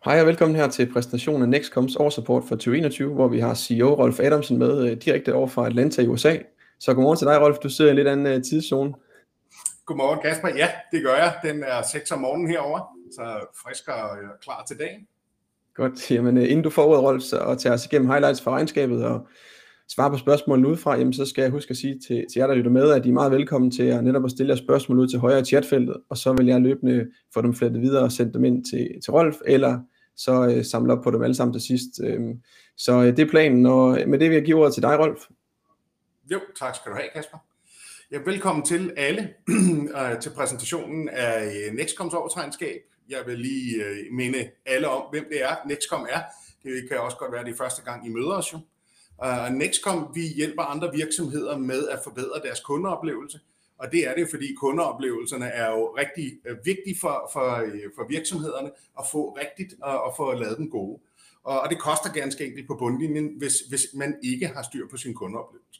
Hej og velkommen her til præsentationen af Nexcoms årsrapport for 2021, hvor vi har CEO Rolf Adamsen med direkte over fra Atlanta i USA. Så godmorgen til dig, Rolf. Du sidder i en lidt anden tidszone. Godmorgen, Kasper. Ja, det gør jeg. Den er 6 om morgenen herovre, så frisk og klar til dagen. Godt. Jamen, inden du får ordet, Rolf, og tager os igennem highlights fra regnskabet og svare på spørgsmålene udefra, jamen, så skal jeg huske at sige til jer, der lytter med, at I er meget velkommen til at netop at stille jer spørgsmål ud til højre i chatfeltet, og så vil jeg løbende få dem flettet videre og sende dem ind til Rolf, eller så samle op på dem alle sammen til sidst. Så det er planen, og med det vil jeg give ordet til dig, Rolf. Jo, tak skal du have, Kasper. Ja, velkommen til alle til præsentationen af Nexcoms årsregnskab. Jeg vil lige minde alle om, hvem det er, Nexcom er. Det kan også godt være det første gang, I møder os jo. Nexcom, vi hjælper andre virksomheder med at forbedre deres kundeoplevelse. Og det er det, fordi kundeoplevelserne er jo rigtig vigtige for virksomhederne at få rigtigt og få lavet dem gode. Og det koster ganske enkelt på bundlinjen, hvis man ikke har styr på sin kundeoplevelse.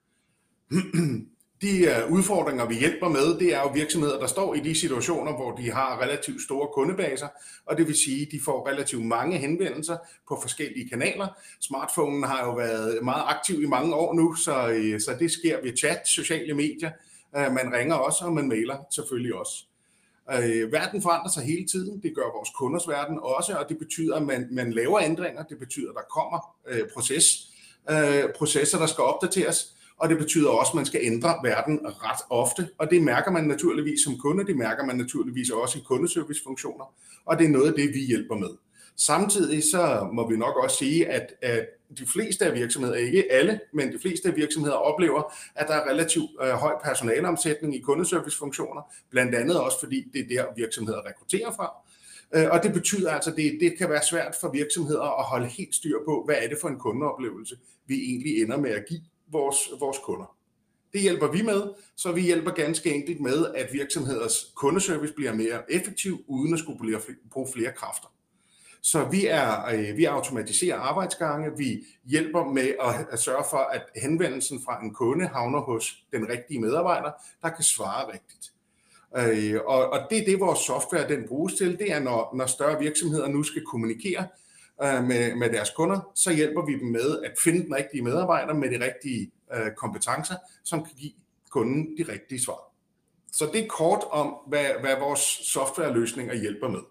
De udfordringer, vi hjælper med, det er jo virksomheder, der står i de situationer, hvor de har relativt store kundebaser, og det vil sige, at de får relativt mange henvendelser på forskellige kanaler. Smartphonen har jo været meget aktiv i mange år nu, så det sker via chat, sociale medier. Man ringer også, og man mailer selvfølgelig også. Verden forandrer sig hele tiden, det gør vores kunders verden også, og det betyder, at man laver ændringer, det betyder, at der kommer processer, der skal opdateres, og det betyder også, at man skal ændre verden ret ofte, og det mærker man naturligvis som kunde, det mærker man naturligvis også i kundeservicefunktioner, og det er noget af det, vi hjælper med. Samtidig så må vi nok også sige, at de fleste af virksomheder, ikke alle, men de fleste af virksomheder oplever, at der er relativt høj personaleomsætning i kundeservicefunktioner, blandt andet også fordi det er der virksomheder rekrutterer fra. Og det betyder altså, at det kan være svært for virksomheder at holde helt styr på, hvad er det for en kundeoplevelse, vi egentlig ender med at give vores kunder. Det hjælper vi med, så vi hjælper ganske enkelt med, at virksomheders kundeservice bliver mere effektiv, uden at skulle bruge flere kræfter. Så vi automatiserer arbejdsgange, vi hjælper med at sørge for, at henvendelsen fra en kunde havner hos den rigtige medarbejder, der kan svare rigtigt. Og det er det, vores software den bruges til, det er, når større virksomheder nu skal kommunikere med deres kunder, så hjælper vi dem med at finde den rigtige medarbejder med de rigtige kompetencer, som kan give kunden de rigtige svar. Så det er kort om, hvad vores softwareløsninger hjælper med.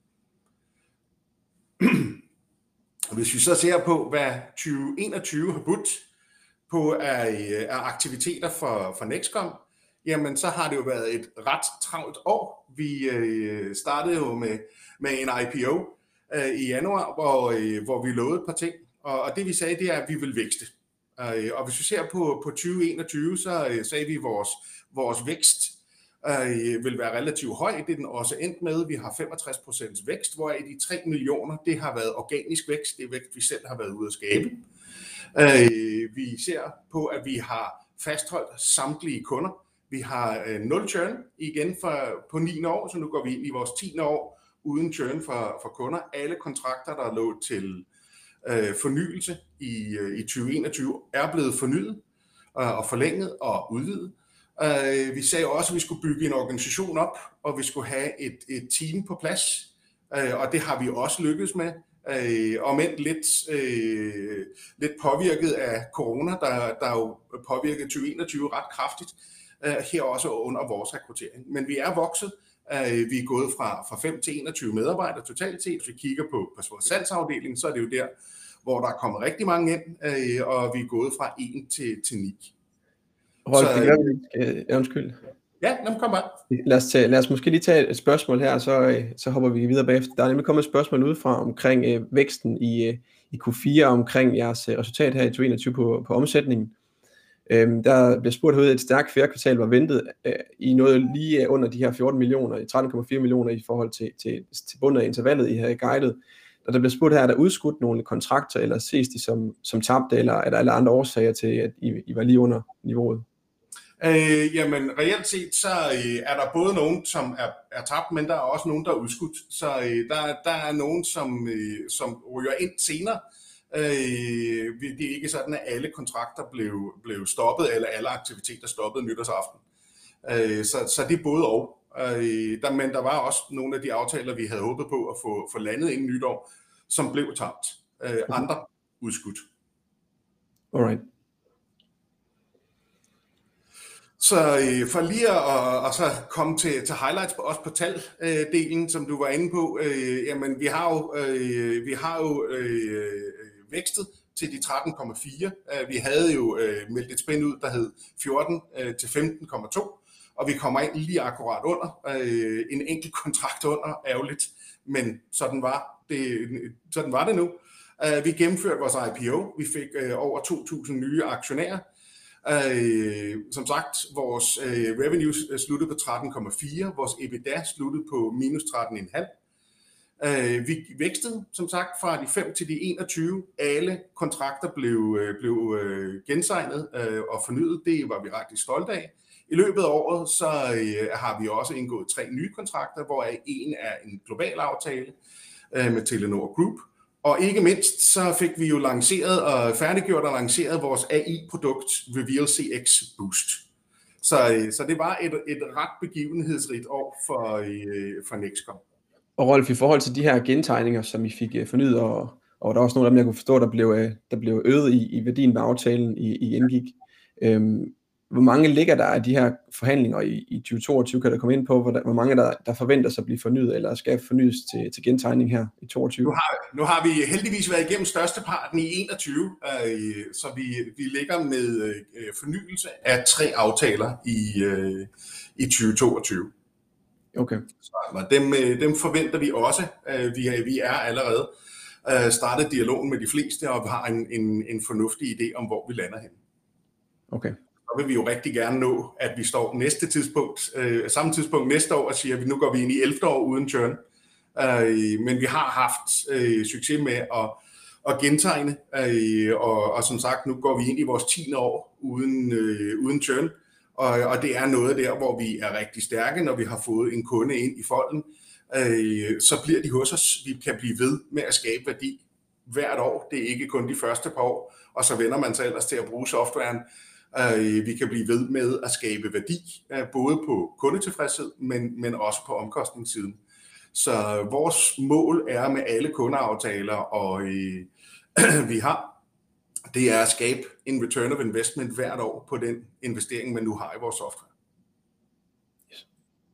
Hvis vi så ser på, hvad 2021 har budt på af aktiviteter for Nexcom, jamen så har det jo været et ret travlt år. Vi startede jo med en IPO i januar, hvor vi lovede et par ting, og det vi sagde, det er, at vi vil vækste. Og hvis vi ser på 2021, så sagde vi, at vores vækst vil være relativt høj. Det er den også endt med. Vi har 65% vækst, hvoraf de 3 millioner, det har været organisk vækst. Det er vækst, vi selv har været ude at skabe. Vi ser på, at vi har fastholdt samtlige kunder. Vi har 0 churn igen på 9 år, så nu går vi ind i vores 10. år uden churn for kunder. Alle kontrakter, der lå til fornyelse i 2021, er blevet fornyet og forlænget og udvidet. Vi sagde også, at vi skulle bygge en organisation op, og vi skulle have et team på plads, og det har vi også lykkedes med. Om end lidt påvirket af corona, der jo påvirket 2021 ret kraftigt, her også under vores rekruttering. Men vi er vokset. Vi er gået fra 5 til 21 medarbejdere totalt set. Hvis vi kigger på vores salgsafdeling, så er det jo der, hvor der er kommet rigtig mange ind, og vi er gået fra 1 til 9. Rolf, det gør vi. Undskyld. Ja, kom bare. Lad os måske lige tage et spørgsmål her, så hopper vi videre bagefter. Der er nemlig kommet et spørgsmål udefra omkring væksten i Q4, omkring jeres resultat her i 2021 på omsætningen. Der bliver spurgt ud, et stærkt fjerde kvartal var ventet i noget lige under de her 14 millioner, 13,4 millioner i forhold til bunden af intervallet, I havde guidet. Og der bliver spurgt her, er der udskudt nogle kontrakter, eller ses de som tabte, eller er der alle andre årsager til, at I var lige under niveauet? Jamen reelt set, så er der både nogen, som er tabt, men der er også nogen, der er udskudt. Så der er nogen, som ryger ind senere. Det er ikke sådan, at alle kontrakter blev stoppet, eller alle aktiviteter stoppet nytårsaften. Så det er både og. Men der var også nogle af de aftaler, vi havde håbet på at få landet inden nytår, som blev tabt. Andre udskudt. Alright. Så for lige at så komme til highlights også på taldelen, som du var inde på, jamen vi har jo vækstet til de 13,4. Vi havde jo meldt et spænd ud, der hed 14 til 15,2, og vi kommer ind lige akkurat under. En enkelt kontrakt under, ærgerligt, men sådan var det nu. Vi gennemførte vores IPO, vi fik over 2.000 nye aktionærer. Som sagt, vores revenue sluttede på 13,4, vores EBITDA sluttede på minus 13,5. Vi vækstede, som sagt, fra de 5 til de 21. Alle kontrakter blev gensignet og fornyet. Det var vi rigtig stolte af. I løbet af året så har vi også indgået 3 nye kontrakter, hvoraf en er en global aftale med Telenor Group. Og ikke mindst så fik vi jo lanceret og færdiggjort og lanceret vores AI-produkt Reveal CX Boost. Så det var et ret begivenhedsrigt år for Nexcom. Og Rolf, i forhold til de her gentegninger, som I fik fornyet, og der er også nogle af dem, jeg kunne forstå, der blev øget i værdien ved aftalen I indgik. Hvor mange ligger der af de her forhandlinger i 2022? Kan der komme ind på, hvor mange der forventer sig at blive fornyet, eller skal fornyes til gentegning her i 2022? Nu har vi heldigvis været igennem størsteparten i 2021, så vi ligger med fornyelse af 3 aftaler i 2022. Okay. Så dem forventer vi også. Vi er allerede startet dialogen med de fleste, og vi har en fornuftig idé om, hvor vi lander hen. Okay. Så vil vi jo rigtig gerne nå, at vi står samme tidspunkt næste år og siger, at nu går vi ind i 11. år uden churn. Men vi har haft succes med at gentegne, og som sagt, nu går vi ind i vores 10. år uden churn. Og det er noget der, hvor vi er rigtig stærke, når vi har fået en kunde ind i folden. Så bliver de hos os. Vi kan blive ved med at skabe værdi hvert år. Det er ikke kun de første par år, og så vender man sig ellers til at bruge softwaren. Vi kan blive ved med at skabe værdi, både på kundetilfredshed, men også på omkostningssiden. Så vores mål er med alle kundeaftaler, og vi har, det er at skabe en return of investment hvert år på den investering, man nu har i vores software. Yes.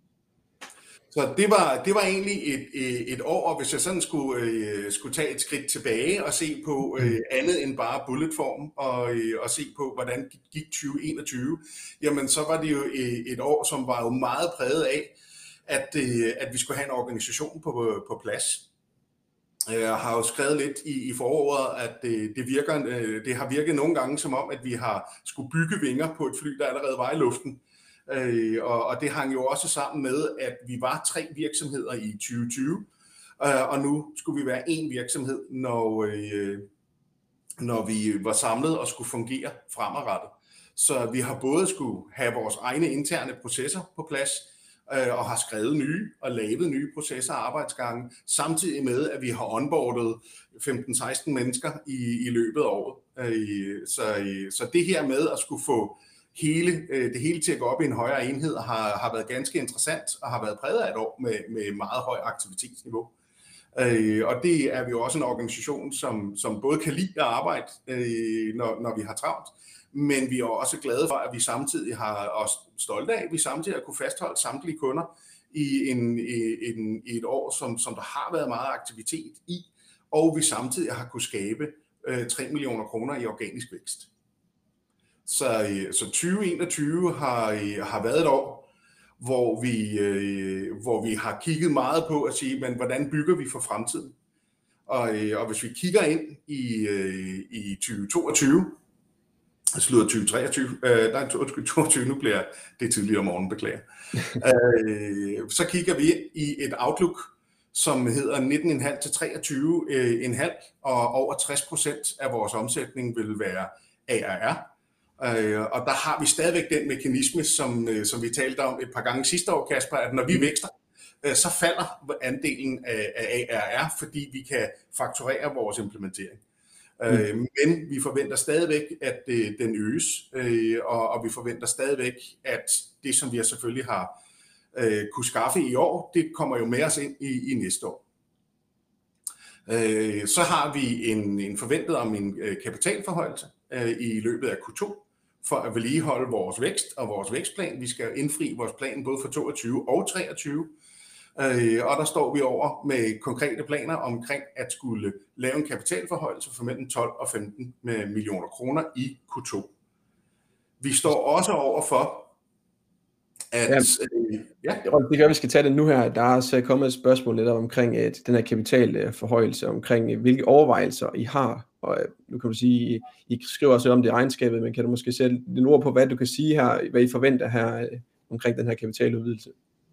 Så det var egentlig et år, og hvis jeg sådan skulle tage et skridt tilbage og se på andet end bare bulletform, og se på, hvordan gik 2021, jamen så var det jo et år, som var jo meget præget af, at vi skulle have en organisation på plads. Jeg har jo skrevet lidt i foråret, at det har virket nogle gange som om, at vi har skulle bygge vinger på et fly, der allerede var i luften. Og det hang jo også sammen med, at vi var 3 virksomheder i 2020, og nu skulle vi være 1 virksomhed, når vi var samlet og skulle fungere fremadrettet. Så vi har både skulle have vores egne interne processer på plads, og har skrevet nye og lavet nye processer og arbejdsgange, samtidig med, at vi har onboardet 15-16 mennesker i løbet af året. Så det her med at skulle få det hele til at gå op i en højere enhed har været ganske interessant og har været præget af et år med meget høj aktivitetsniveau. Og det er vi jo også en organisation, som både kan lide at arbejde, når vi har travlt, men vi er også glade for, at vi samtidig har også stolte af, at vi samtidig har kunne fastholde samtlige kunder i et år, som der har været meget aktivitet i, og vi samtidig har kunne skabe 3 millioner kroner i organisk vækst. Så 2021 har været et år, hvor vi har kigget meget på at sige, men hvordan bygger vi for fremtiden? Og hvis vi kigger ind i 2022, slutter 2023, 22, nu bliver det tidligere om morgenen, beklager. Så kigger vi ind i et outlook, som hedder 19,5 til 23,5, og over 60% af vores omsætning vil være ARR. Og der har vi stadigvæk den mekanisme, som vi talte om et par gange sidste år, Kasper, at når vi vækster, så falder andelen af ARR, fordi vi kan fakturere vores implementering. Men vi forventer stadigvæk, at den øges, og vi forventer stadigvæk, at det, som vi selvfølgelig har kunne skaffe i år, det kommer jo med os ind i næste år. Så har vi en forventet om en kapitalforhøjelse i løbet af Q2 for at vedligeholde vores vækst og vores vækstplan. Vi skal indfri vores plan både for 22 og 23. Og der står vi over med konkrete planer omkring at skulle lave en kapitalforhøjelse for mellem 12 og 15 millioner kroner i Q2. Vi står også over for at... Det gør, vi skal tage det nu her. Der er også kommet et spørgsmål lidt omkring den her kapitalforhøjelse, omkring hvilke overvejelser I har. Og nu kan du sige, I skriver også om det i regnskabet, men kan du måske sætte lidt ord på, hvad du kan sige her, hvad I forventer her omkring den her kapitaludvidelse?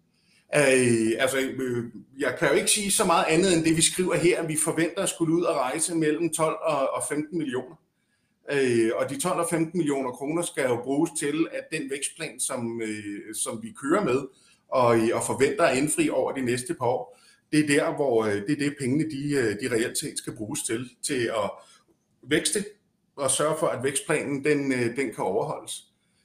Jeg kan jo ikke sige så meget andet end det, vi skriver her. Vi forventer at skulle ud og rejse mellem 12 og 15 millioner. Og de 12 og 15 millioner kroner skal jo bruges til, at den vækstplan, som vi kører med og forventer at indfri over de næste par år, det er der, hvor det er det pengene, de reelt set skal bruges til at vækste og sørge for, at vækstplanen den kan overholdes.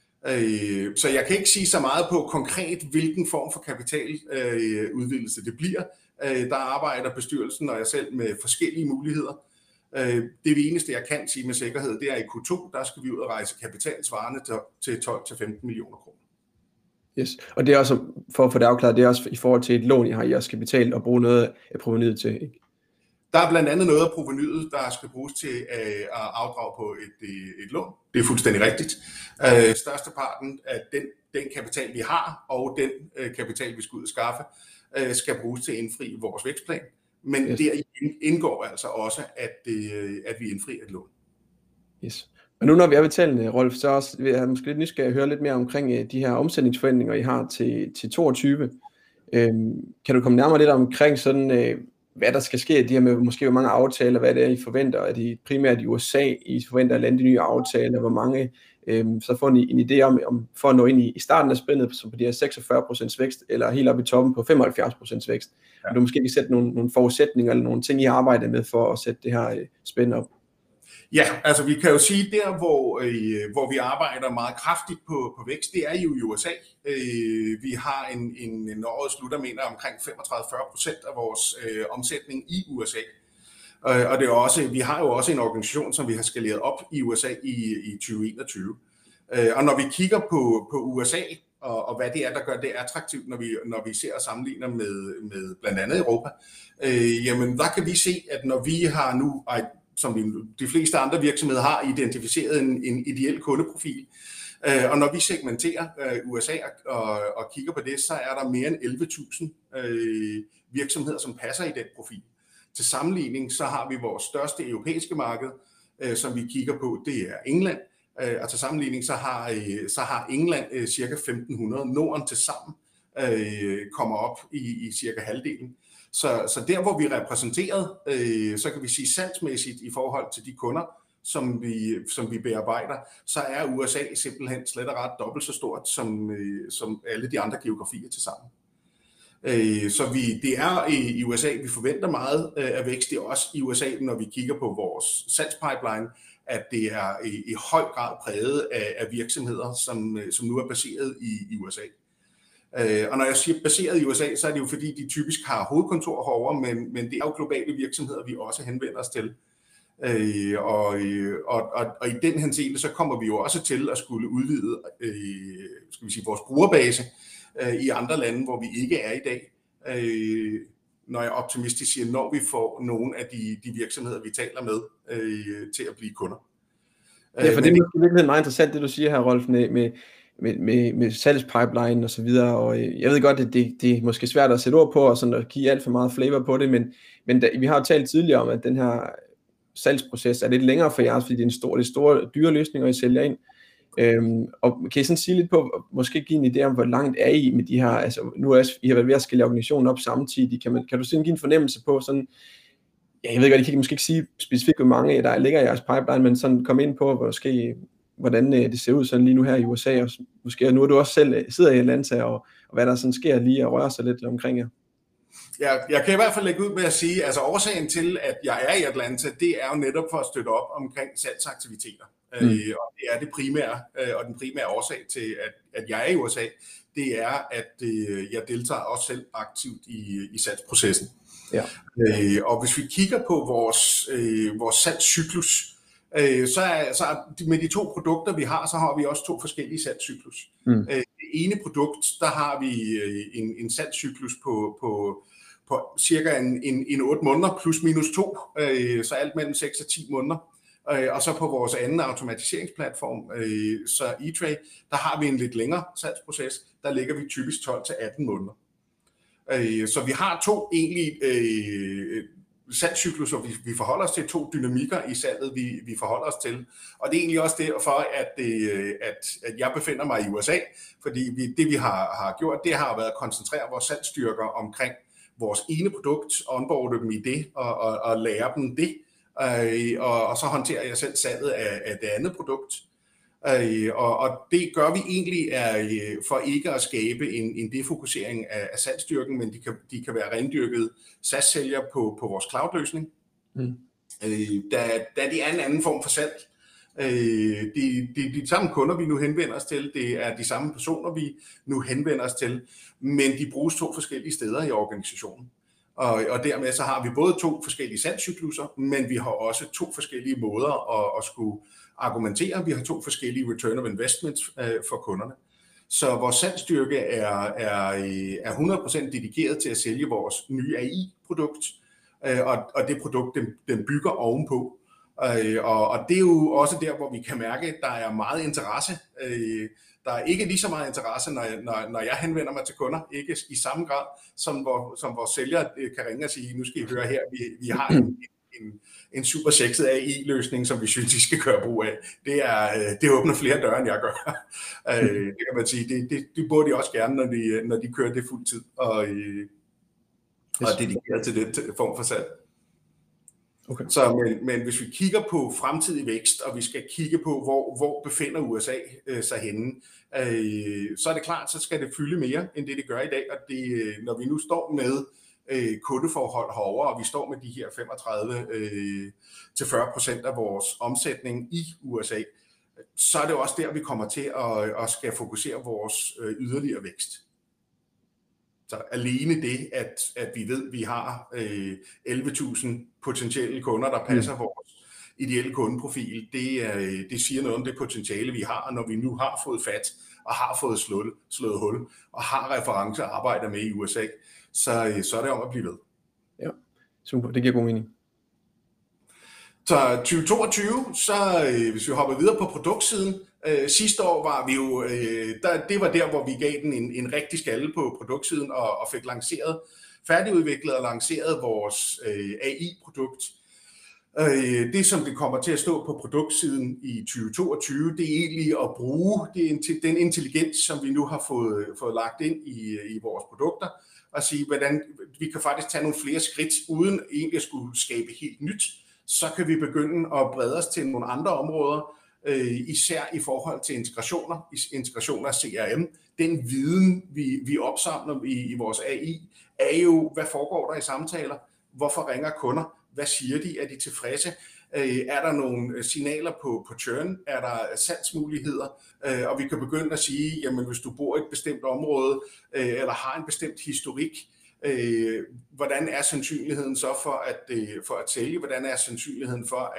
Så jeg kan ikke sige så meget på konkret, hvilken form for kapitaludvidelse det bliver. Der arbejder bestyrelsen og jeg selv med forskellige muligheder. Det eneste, jeg kan sige med sikkerhed, det er i Q2, der skal vi ud og rejse kapital svarende til 12-15 millioner kroner. Yes, og det er også, for at få det afklaret, det er også i forhold til et lån, I har i jeres kapital, og bruge noget af provenyet til, ikke? Der er blandt andet noget af provenyet, der skal bruges til at afdrage på et lån. Det er fuldstændig rigtigt. Størsteparten af den kapital, vi har, og den kapital, vi skal ud og skaffe, skal bruges til at indfri vores vækstplan. Men yes. Der indgår altså også, at vi indfrier et lån. Yes. Og nu når vi er ved tallene, Rolf, så også, vil jeg måske lidt nysgerrig høre lidt mere omkring de her omsætningsforventninger, I har til 22. Kan du komme nærmere lidt omkring sådan, hvad der skal ske, de her med måske hvor mange aftaler, hvad det er, I forventer? Er det primært i USA, I forventer at lande de nye aftaler, hvor mange, så får I en idé om for at nå ind i starten af spændet, så på de her 46% vækst, eller helt op i toppen på 75% vækst. Ja. Du måske kan sætte nogle forudsætninger, eller nogle ting, I arbejder med for at sætte det her spænd op. Ja, altså vi kan jo sige, der hvor vi arbejder meget kraftigt på vækst, det er jo i USA. Vi har en året slutter, mener omkring 35-40% af vores omsætning i USA. Og det er også, vi har jo også en organisation, som vi har skaleret op i USA i 2021. Og når vi kigger på USA, og hvad det er, der gør det attraktivt, når vi ser og sammenligner med blandt andet Europa, jamen der kan vi se, at når vi har nu, som de fleste andre virksomheder har identificeret en ideel kundeprofil, og når vi segmenterer USA og kigger på det, så er der mere end 11.000 virksomheder, som passer i den profil. Til sammenligning så har vi vores største europæiske marked, som vi kigger på, det er England, og til sammenligning så har England cirka 1.500, Norden til sammen kommer op i cirka halvdelen. Så der hvor vi er repræsenteret, så kan vi sige salgsmæssigt i forhold til de kunder, som vi bearbejder, så er USA simpelthen slet og ret dobbelt så stort som alle de andre geografier til sammen. Så det er i USA, vi forventer meget af vækst. Det er også i USA, når vi kigger på vores salgspipeline, at det er i høj grad præget af virksomheder, som nu er baseret i USA. Og når jeg siger baseret i USA, så er det jo fordi, de typisk har hovedkontor herovre, men det er jo globale virksomheder, vi også henvender os til. Og i den henseende, så kommer vi jo også til at skulle udvide vores brugerbase i andre lande, hvor vi ikke er i dag. Når jeg optimistisk siger, når vi får nogle af de virksomheder, vi taler med, til at blive kunder. Ja, for det er virkelig meget interessant, det du siger her, Rolf, med salgspipeline og så videre, og jeg ved godt, at det er måske svært at sætte ord på, og sådan at give alt for meget flavor på det, men vi har jo talt tidligere om, at den her salgsproces er lidt længere for jer, fordi det er store dyre løsninger, I sælger ind. Og kan I sådan sige lidt på, måske give en idé om, hvor langt er I med de her, altså nu er I har været ved at skille organisationen op samtidig, kan du sådan give en fornemmelse på sådan, ja, jeg ved godt, I kan måske ikke sige specifikt, hvor mange der ligger i jeres pipeline, men sådan komme ind på, måske, hvordan det ser ud sådan lige nu her i USA, og måske nu er du også selv sidder i Atlanta, og hvad der sådan sker lige og rører sig lidt omkring jer. Ja, jeg kan i hvert fald lægge ud med at sige, altså årsagen til, at jeg er i Atlanta, det er jo netop for at støtte op omkring salgsaktiviteter. Og det er det primære, og den primære årsag til, at jeg er i USA, det er, at jeg deltager også selv aktivt i salgsprocessen. Ja. Og hvis vi kigger på vores salgscyklus, så med de 2 produkter, vi har, så har vi også 2 forskellige salgscyklus. Det ene produkt, der har vi en salgscyklus på cirka en 8 måneder, plus minus 2, så alt mellem 6 og 10 måneder. Og så på vores anden automatiseringsplatform, så eTray, der har vi en lidt længere salgsproces, der ligger vi typisk 12 til 18 måneder. Så vi har 2 egentlig salgscykluser, vi forholder os til, 2 dynamikker i salget, vi forholder os til. Og det er egentlig også derfor, at jeg befinder mig i USA, fordi det vi har gjort, det har været at koncentrere vores salgsstyrker omkring vores ene produkt, onboarde dem i det og lære dem det. Og så håndterer jeg selv salget af det andet produkt. Og det gør vi egentlig for ikke at skabe en defokusering af salgsstyrken, men de kan være rendyrket SaaS-sælgere på vores cloud-løsning. Da de er en anden form for salg. De samme kunder, vi nu henvender os til, det er de samme personer, vi nu henvender os til, men de bruges 2 forskellige steder i organisationen. Og dermed så har vi både 2 forskellige salgscykluser, men vi har også 2 forskellige måder at skulle argumentere. Vi har 2 forskellige return of investments for kunderne. Så vores salgsstyrke er 100% dedikeret til at sælge vores nye AI-produkt, og det produkt, den bygger ovenpå. Og det er jo også der, hvor vi kan mærke, at der er meget interesse. Der er ikke lige så meget interesse, når jeg henvender mig til kunder, ikke i samme grad, som vores sælgere kan ringe og sige, nu skal I høre her, vi har en super sexet AI-løsning, som vi synes, I skal gøre brug af. Det åbner flere døre, end jeg gør. Det kan man sige. Det burde de også gerne, når de kører det fuld tid og dedikeret til den form for salg. Okay. Men hvis vi kigger på fremtidig vækst, og vi skal kigge på, hvor befinder USA sig henne, så er det klart, så skal det fylde mere, end det gør i dag. Og når vi nu står med kundeforhold herovre, og vi står med de her 35-40% af vores omsætning i USA, så er det også der, vi kommer til at skal fokusere vores yderligere vækst. Så alene det, at vi ved, at vi har 11.000 potentielle kunder, der passer vores ideelle kundeprofil, det siger noget om det potentiale, vi har, når vi nu har fået fat og har fået slået hul og har referencer og arbejder med i USA, så er det om at blive ved. Ja, super. Det giver god mening. Så 2022, så hvis vi hopper videre på produktsiden, sidste år var vi jo, det var der, hvor vi gav den en rigtig skalle på produktsiden og fik lanceret, færdigudviklet og lanceret vores AI-produkt. Det, som det kommer til at stå på produktsiden i 2022, det er egentlig at bruge den intelligens, som vi nu har fået lagt ind i vores produkter, og sige, hvordan vi kan faktisk tage nogle flere skridt, uden egentlig at skulle skabe helt nyt. Så kan vi begynde at brede os til nogle andre områder, især i forhold til integrationer af CRM. Den viden, vi opsamler i vores AI, er jo, hvad foregår der i samtaler? Hvorfor ringer kunder? Hvad siger de? Er de tilfredse? Er der nogle signaler på churn? Er der salgsmuligheder? Og vi kan begynde at sige, jamen hvis du bor i et bestemt område, eller har en bestemt historik, hvordan er sandsynligheden så for at sælge? Hvordan er sandsynligheden for,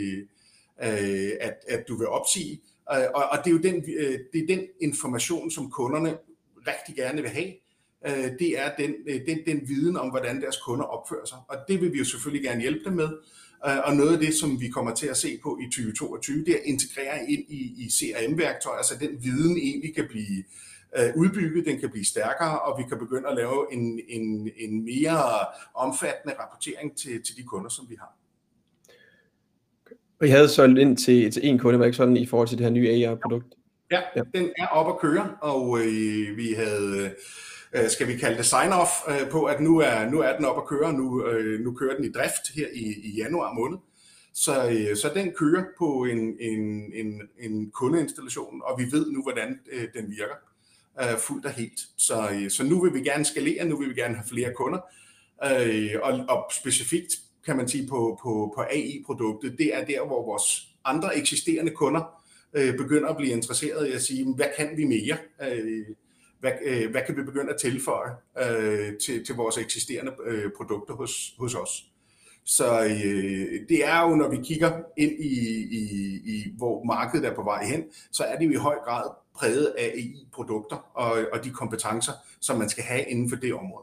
at du vil opsige? Og det er jo den information, som kunderne rigtig gerne vil have. Det er den viden om, hvordan deres kunder opfører sig. Og det vil vi jo selvfølgelig gerne hjælpe dem med. Og noget af det, som vi kommer til at se på i 2022, det er at integrere ind i CRM-værktøjer, så den viden egentlig kan blive udbygget, den kan blive stærkere, og vi kan begynde at lave en mere omfattende rapportering til de kunder, som vi har. Og I havde solgt ind til en kunde, var ikke sådan i forhold til det her nye AI-produkt? Ja, den er op at køre, og vi havde, skal vi kalde det sign-off på, at nu er den op at køre, nu kører den i drift her i januar måned. Så den kører på en kundeinstallation, og vi ved nu, hvordan den virker fuldt og helt. Så nu vil vi gerne skalere, nu vil vi gerne have flere kunder, og specifikt kan man sige på AI-produktet, det er der, hvor vores andre eksisterende kunder begynder at blive interesseret i at sige, hvad kan vi mere? hvad kan vi begynde at tilføje til vores eksisterende produkter hos os. Så det er jo, når vi kigger ind i hvor markedet er på vej hen, så er det jo i høj grad præget af AI-produkter og de kompetencer, som man skal have inden for det område.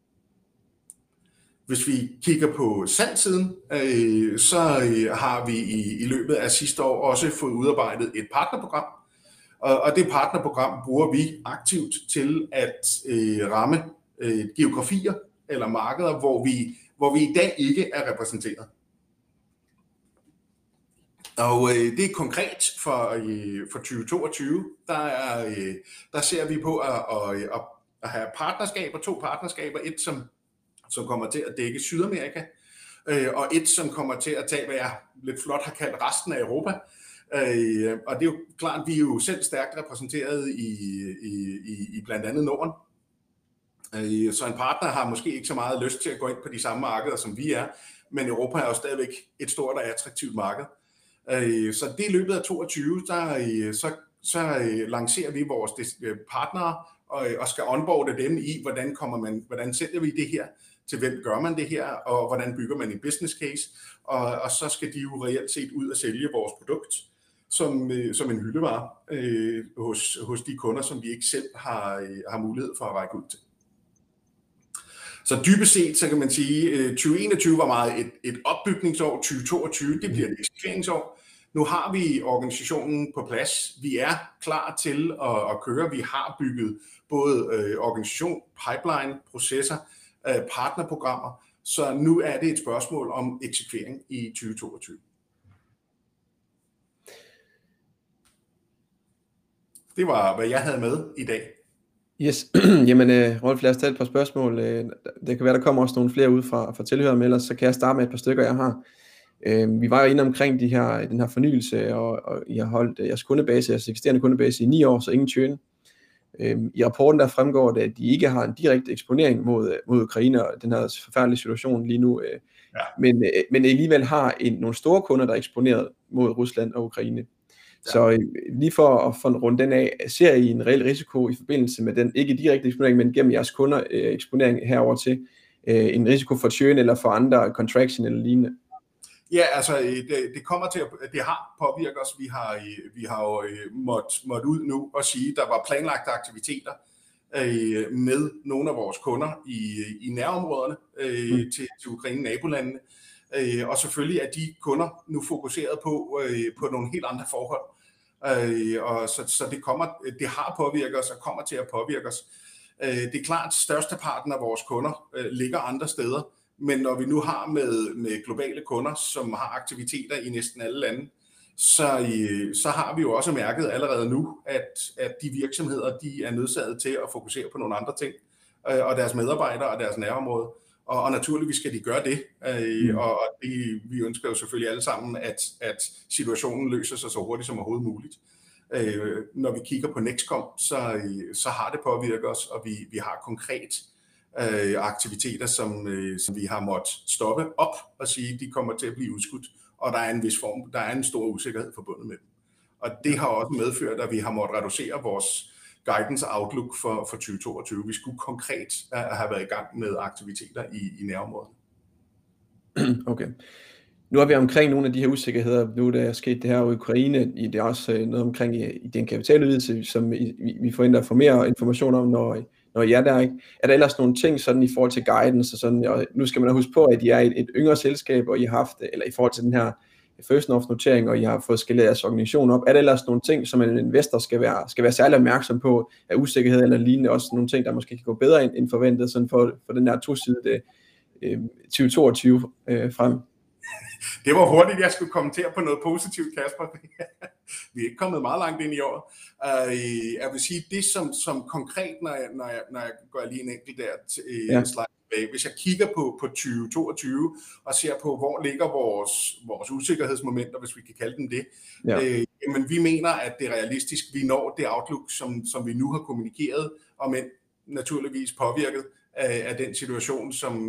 Hvis vi kigger på salgssiden, så har vi i løbet af sidste år også fået udarbejdet et partnerprogram. Og det partnerprogram bruger vi aktivt til at ramme geografier eller markeder, hvor vi i dag ikke er repræsenteret. Og det er konkret for 2022, der ser vi på at have partnerskaber, 2 partnerskaber, et som kommer til at dække Sydamerika, og et som kommer til at tage, hvad jeg lidt flot har kaldt resten af Europa. Og det er jo klart, at vi er jo selv stærkt repræsenteret i blandt andet Norden. Så en partner har måske ikke så meget lyst til at gå ind på de samme markeder, som vi er, men Europa er jo stadigvæk et stort og attraktivt marked. Så det i løbet af 2022, så lancerer vi vores partnere og skal onboarde dem i, hvordan sælger vi det her, til hvem gør man det her, og hvordan bygger man en business case, og så skal de jo reelt set ud og sælge vores produkt som en hyldevare hos de kunder, som vi ikke selv har mulighed for at række ud til. Så dybest set, så kan man sige, 2021 var meget et opbygningsår, 2022 det bliver et eksekveringsår. Nu har vi organisationen på plads, vi er klar til at køre, vi har bygget både organisation, pipeline, processer, partnerprogrammer, så nu er det et spørgsmål om eksekvering i 2022. Det var, hvad jeg havde med i dag. Yes, jamen Rolf, lad os tage et par spørgsmål. Det kan være, der kommer også nogle flere ud fra tilhørere, men ellers så kan jeg starte med et par stykker, jeg har. Vi var jo inde omkring den her fornyelse, og I har holdt jeres kundebase, jeres eksisterende kundebase i 9 år, så ingen churn. I rapporten der fremgår det, at de ikke har en direkte eksponering mod Ukraine og den her forfærdelige situation lige nu, men alligevel har nogle store kunder, der er eksponeret mod Rusland og Ukraine. Så lige for at runde den af, ser I en reel risiko i forbindelse med den, ikke direkte eksponering, men gennem jeres kunder eksponering herover til, en risiko for churn eller for andre contraction eller lignende? Ja, altså det kommer til det har påvirket os. Vi har jo måttet ud nu og sige, at der var planlagte aktiviteter med nogle af vores kunder i nærområderne til Ukraine, nabolandene. Og selvfølgelig er de kunder nu fokuseret på nogle helt andre forhold. Og så det har påvirket os og kommer til at påvirke os. Det er klart, at størsteparten af vores kunder ligger andre steder. Men når vi nu har med globale kunder, som har aktiviteter i næsten alle lande, så har vi jo også mærket allerede nu, at de virksomheder de er nødsaget til at fokusere på nogle andre ting, og deres medarbejdere og deres nærområde. Og naturligvis skal de gøre det, og vi ønsker jo selvfølgelig alle sammen, at situationen løser sig så hurtigt som overhovedet muligt. Når vi kigger på Nexcom, så har det påvirket os, og vi har konkret aktiviteter, som vi har måttet stoppe op og sige, de kommer til at blive udskudt, og der er en stor usikkerhed forbundet med dem. Og det har også medført, at vi har måttet reducere vores guidance outlook for 2022. Vi skulle konkret have været i gang med aktiviteter i nærområdet. Okay. Nu er vi omkring nogle af de her usikkerheder. Nu er der sket det her i Ukraine. Det er også noget omkring i den kapitaludvidelse, som vi forventer at få mere information om, når I er der, ikke? Er der ellers nogle ting sådan i forhold til guidance og sådan, og nu skal man huske på, at I er et yngre selskab, og I har haft, eller i forhold til den her First North notering, og I har fået skaleret jeres organisation op. Er der ellers nogle ting, som en investor skal være særlig opmærksom på, af usikkerhed eller lignende, også nogle ting, der måske kan gå bedre end forventet, sådan for den her tosidede 2022 frem? Det var hurtigt, jeg skulle kommentere på noget positivt, Kasper. Vi er ikke kommet meget langt ind i året. Jeg vil sige, det som konkret, når jeg går lige en enkelt der slide tilbage, hvis jeg kigger på 2022 og ser på, hvor ligger vores usikkerhedsmomenter, hvis vi kan kalde dem det, jamen vi mener, at det er realistisk, vi når det outlook, som vi nu har kommunikeret, og men naturligvis påvirket af den situation,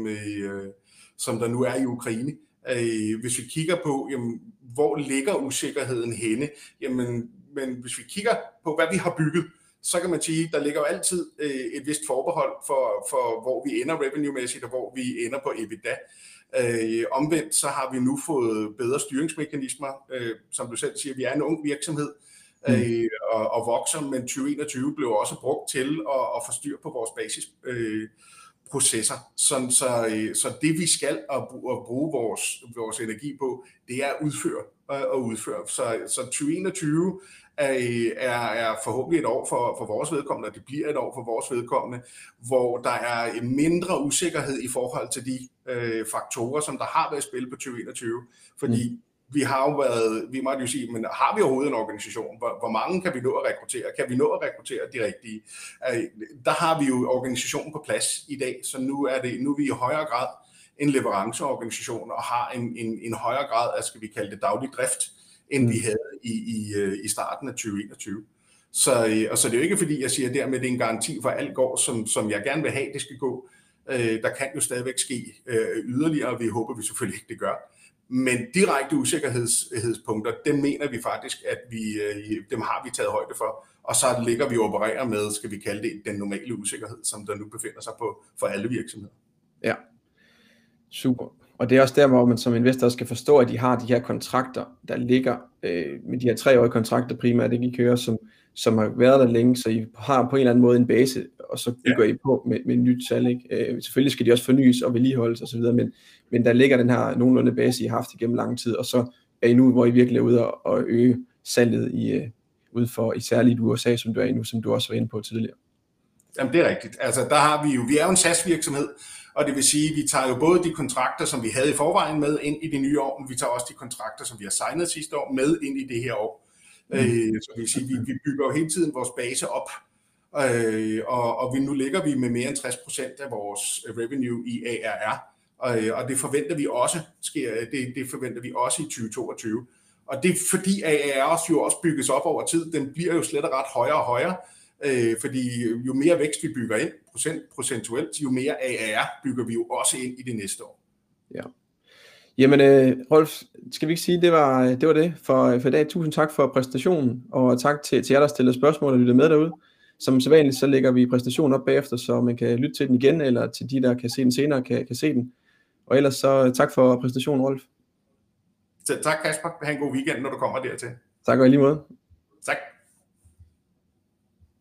som der nu er i Ukraine. Hvis vi kigger på, jamen, hvor ligger usikkerheden henne, jamen, men hvis vi kigger på, hvad vi har bygget, så kan man sige, der ligger jo altid et vist forbehold for hvor vi ender revenue-mæssigt, og hvor vi ender på EBITDA. Omvendt så har vi nu fået bedre styringsmekanismer. Som du selv siger, vi er en ung virksomhed og vokser, men 2021 blev også brugt til at få styr på vores basisprocesser. Så det vi skal bruge vores energi på, det er at udføre. Så 2021 er forhåbentlig et år for vores vedkommende, og det bliver et år for vores vedkommende, hvor der er en mindre usikkerhed i forhold til de faktorer, som der har været i spil på 2021. Fordi vi har jo været, vi måtte jo sige, men har vi overhovedet en organisation? Hvor mange kan vi nå at rekruttere? Kan vi nå at rekruttere de rigtige? Der har vi jo organisationen på plads i dag, så nu er vi i højere grad en leveranceorganisation og har en højere grad af, skal vi kalde det, daglig drift, end vi havde i starten af 2021. Så det er jo ikke fordi, jeg siger dermed, det er en garanti for alt går, som jeg gerne vil have, det skal gå. Der kan jo stadigvæk ske yderligere, og vi håber vi selvfølgelig ikke, det gør. Men direkte usikkerhedspunkter, dem mener vi faktisk, at dem har vi taget højde for, og så ligger vi og opererer med, skal vi kalde det, den normale usikkerhed, som der nu befinder sig for alle virksomheder. Ja, super. Og det er også der, hvor man som investor skal forstå, at de har de her kontrakter, der ligger med de her 3-årige kontrakter primært, det I kører, som har været der længe, så I har på en eller anden måde en base, og så bygger I på med nyt salg. Ikke? Selvfølgelig skal de også fornyes og vedligeholdes osv., men der ligger den her nogenlunde base, I har haft igennem lang tid, og så er I nu, hvor I virkelig er ude og øge salget ude for i særligt USA, som du er i nu, som du også var inde på tidligere. Jamen det er rigtigt. Altså der har vi er jo en SaaS-virksomhed, og det vil sige, at vi tager jo både de kontrakter, som vi havde i forvejen med ind i det nye år, men vi tager også de kontrakter, som vi har signet sidste år med ind i det her år. Så det vil sige, vi bygger jo hele tiden vores base op, og nu ligger vi med mere end 60% af vores revenue i ARR, og det forventer vi også sker, det forventer vi også i 2022. Og det er fordi ARR jo også bygges op over tid, den bliver jo slet og ret højere og højere, fordi jo mere vækst vi bygger ind procentuelt, jo mere ARR bygger vi jo også ind i det næste år. Ja. Jamen Rolf, skal vi ikke sige, det var det for i dag. Tusind tak for præsentationen, og tak til jer, der stillede spørgsmål og lyttede med derude. Som sædvanligt, så lægger vi præsentationen op bagefter, så man kan lytte til den igen, eller til de, der kan se den senere, kan se den. Og ellers så tak for præsentationen, Rolf. Så tak Kasper, ha' en god weekend, når du kommer dertil. Tak og i lige måde. Tak.